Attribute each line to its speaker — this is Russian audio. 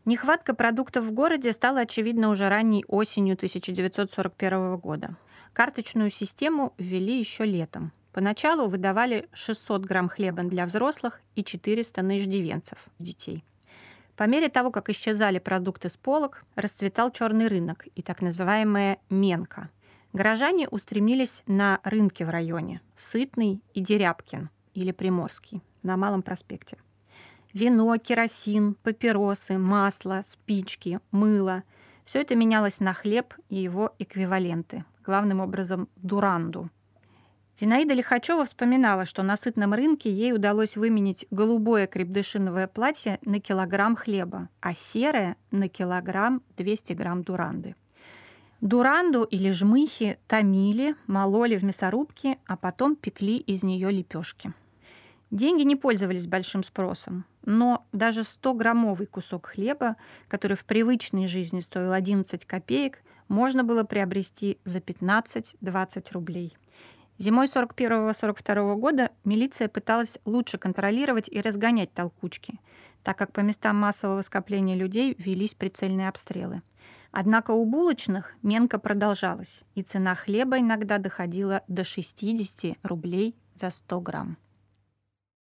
Speaker 1: Нехватка продуктов в городе стала очевидна уже ранней осенью 1941 года. Карточную систему ввели еще летом. Поначалу выдавали 600 грамм хлеба для взрослых и 400 на иждивенцев, детей. По мере того, как исчезали продукты с полок, расцветал черный рынок и так называемая менка. Горожане устремились на рынки в районе Сытный и Дерябкин или Приморский на Малом проспекте. Вино, керосин, папиросы, масло, спички, мыло – все это менялось на хлеб и его эквиваленты, главным образом дуранду. Зинаида Лихачева вспоминала, что на Сытном рынке ей удалось выменить голубое крепдышиновое платье на килограмм хлеба, а серое – на килограмм 200 грамм дуранды. Дуранду или жмыхи томили, мололи в мясорубке, а потом пекли из нее лепешки. Деньги не пользовались большим спросом, но даже 100-граммовый кусок хлеба, который в привычной жизни стоил 11 копеек, можно было приобрести за 15-20 рублей. Зимой 1941-1942 года милиция пыталась лучше контролировать и разгонять толкучки, так как по местам массового скопления людей велись прицельные обстрелы. Однако у булочных менка продолжалась, и цена хлеба иногда доходила до 60 рублей за 100 грамм.